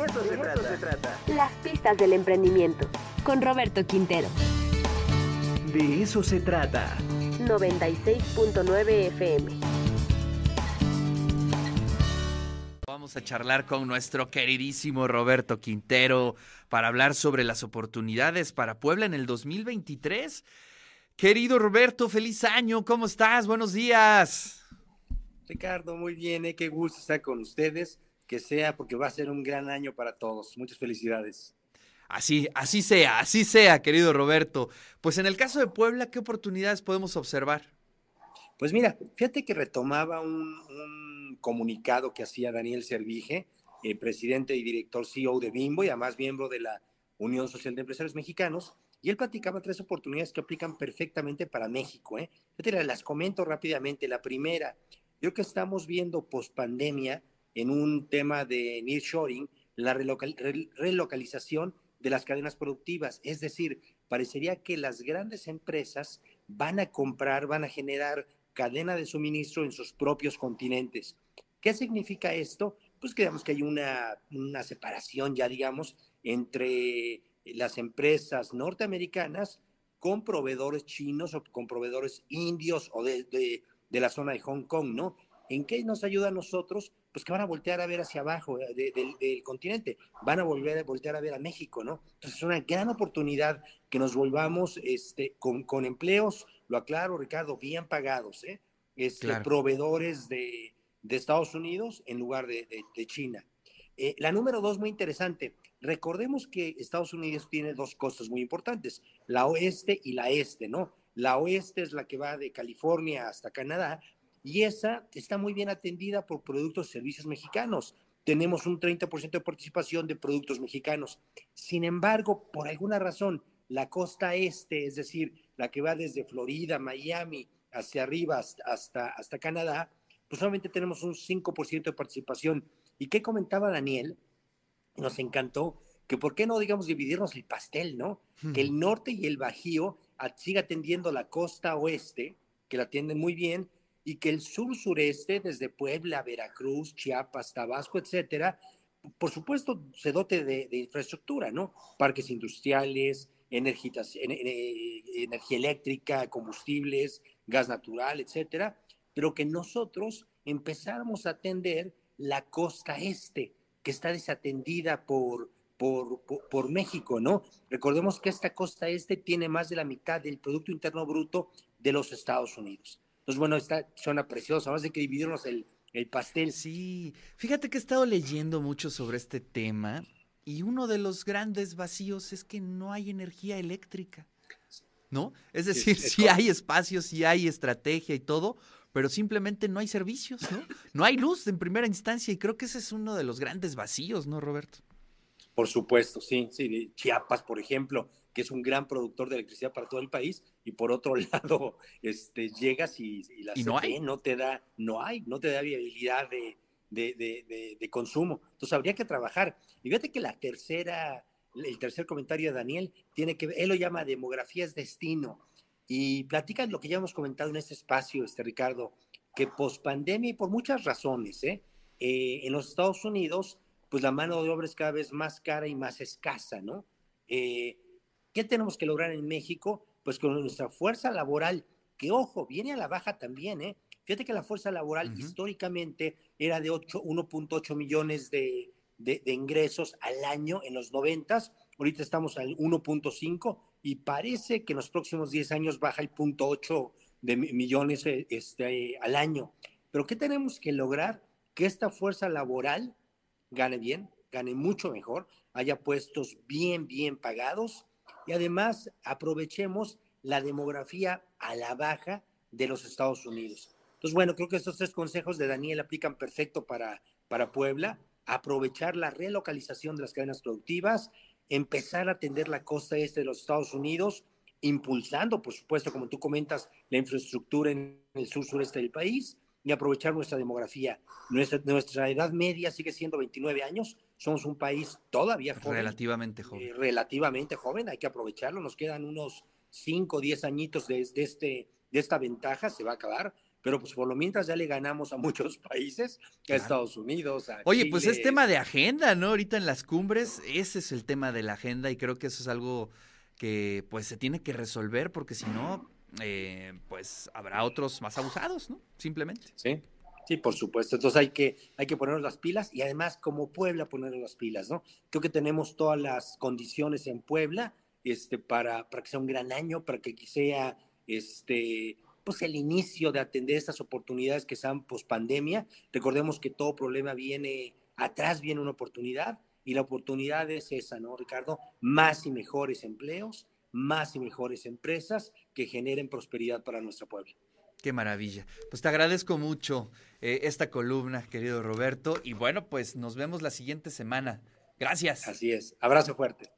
eso se trata. Las pistas del emprendimiento. Con Roberto Quintero. De eso se trata. 96.9 FM. Vamos a charlar con nuestro queridísimo Roberto Quintero para hablar sobre las oportunidades para Puebla en el 2023. Querido Roberto, feliz año, ¿cómo estás? Buenos días. Ricardo, muy bien, qué gusto estar con ustedes, que sea porque va a ser un gran año para todos. Muchas felicidades. Así sea, querido Roberto. Pues en el caso de Puebla, ¿qué oportunidades podemos observar? Pues mira, fíjate que retomaba un comunicado que hacía Daniel Servige, presidente y director CEO de Bimbo y además miembro de la Unión Social de Empresarios Mexicanos, y él platicaba 3 oportunidades que aplican perfectamente para México. Fíjate, las comento rápidamente. La primera, yo creo que estamos viendo pospandemia en un tema de nearshoring, la relocalización de las cadenas productivas. Es decir, parecería que las grandes empresas van a comprar, van a generar cadena de suministro en sus propios continentes. ¿Qué significa esto? Pues que digamos que hay una separación ya, digamos, entre las empresas norteamericanas con proveedores chinos o con proveedores indios o de la zona de Hong Kong, ¿no? ¿En qué nos ayuda a nosotros? Pues que van a voltear a ver hacia abajo del continente, van a voltear a ver a México, ¿no? Entonces es una gran oportunidad que nos volvamos con empleos, lo aclaro, Ricardo, bien pagados, Claro. proveedores de Estados Unidos en lugar de China. La número 2, muy interesante. Recordemos que Estados Unidos tiene 2 costas muy importantes, la oeste y la este, ¿no? La oeste es la que va de California hasta Canadá, y esa está muy bien atendida por productos y servicios mexicanos. Tenemos un 30% de participación de productos mexicanos. Sin embargo, por alguna razón, la costa este, es decir, la que va desde Florida, Miami, hacia arriba hasta Canadá, pues solamente tenemos un 5% de participación. ¿Y qué comentaba Daniel? Nos encantó que por qué no, digamos, dividirnos el pastel, ¿no? Que el norte y el Bajío siga atendiendo la costa oeste, que la atienden muy bien, y que el sur-sureste, desde Puebla, Veracruz, Chiapas, Tabasco, etcétera, por supuesto, se dote de infraestructura, ¿no? Parques industriales, energía eléctrica, combustibles, gas natural, etcétera, pero que nosotros empezáramos a atender la costa este, que está desatendida por México, ¿no? Recordemos que esta costa este tiene más de la mitad del Producto Interno Bruto de los Estados Unidos. Entonces, bueno, esta zona preciosa, más de que dividirnos el pastel. Sí, fíjate que he estado leyendo mucho sobre este tema y uno de los grandes vacíos es que no hay energía eléctrica, ¿no? Es Sí, decir, es sí hay correcto. espacios, sí hay estrategia y todo, pero simplemente no hay servicios, ¿no? No hay luz en primera instancia y creo que ese es uno de los grandes vacíos, ¿no, Roberto? Por supuesto, sí, sí, de Chiapas, por ejemplo, que es un gran productor de electricidad para todo el país, y por otro lado, llegas y la Y no hay. CFE no te da viabilidad de consumo. Entonces habría que trabajar. Y fíjate que el tercer comentario de Daniel tiene que ver, él lo llama demografía es destino, y platican lo que ya hemos comentado en este espacio, Ricardo, que pospandemia y por muchas razones, en los Estados Unidos pues la mano de obra es cada vez más cara y más escasa, ¿no? Eh, ¿Qué tenemos que lograr en México? Pues con nuestra fuerza laboral, que ojo, viene a la baja también, ¿eh? Fíjate que la fuerza laboral Ujú. históricamente era de 1.8 millones de ingresos al año en los 90, ahorita estamos al 1.5 y parece que en los próximos 10 años baja el 0.8 de millones al año. Pero ¿qué tenemos que lograr? Que esta fuerza laboral gane bien, gane mucho mejor, haya puestos bien pagados y además aprovechemos la demografía a la baja de los Estados Unidos. Entonces, bueno, creo que estos 3 consejos de Daniel aplican perfecto para Puebla, aprovechar la relocalización de las cadenas productivas, empezar a atender la costa este de los Estados Unidos, impulsando, por supuesto, como tú comentas, la infraestructura en el sur-sureste del país y aprovechar nuestra demografía. Nuestra edad media sigue siendo 29 años, somos un país todavía joven, Relativamente joven. relativamente joven, hay que aprovecharlo, nos quedan unos 5 o 10 añitos de esta ventaja, se va a acabar, pero pues por lo mientras ya le ganamos a muchos países, a Claro. Estados Unidos, a Oye, Chile. pues es tema de agenda, ¿no? Ahorita en las cumbres, ese es el tema de la agenda y creo que eso es algo que pues se tiene que resolver porque si no, pues habrá otros más abusados, ¿no? Simplemente. Sí, sí, por supuesto. Entonces hay que ponernos las pilas y además como Puebla ponernos las pilas, ¿no? Creo que tenemos todas las condiciones en Puebla para que sea un gran año, para que sea pues el inicio de atender estas oportunidades que sean post pandemia. Recordemos que todo problema viene, atrás viene una oportunidad y la oportunidad es esa, ¿no, Ricardo? Más y mejores empleos, más y mejores empresas que generen prosperidad para nuestra Puebla. Qué maravilla. Pues te agradezco mucho esta columna, querido Roberto. Y bueno, pues nos vemos la siguiente semana. Gracias. Así es. Abrazo fuerte.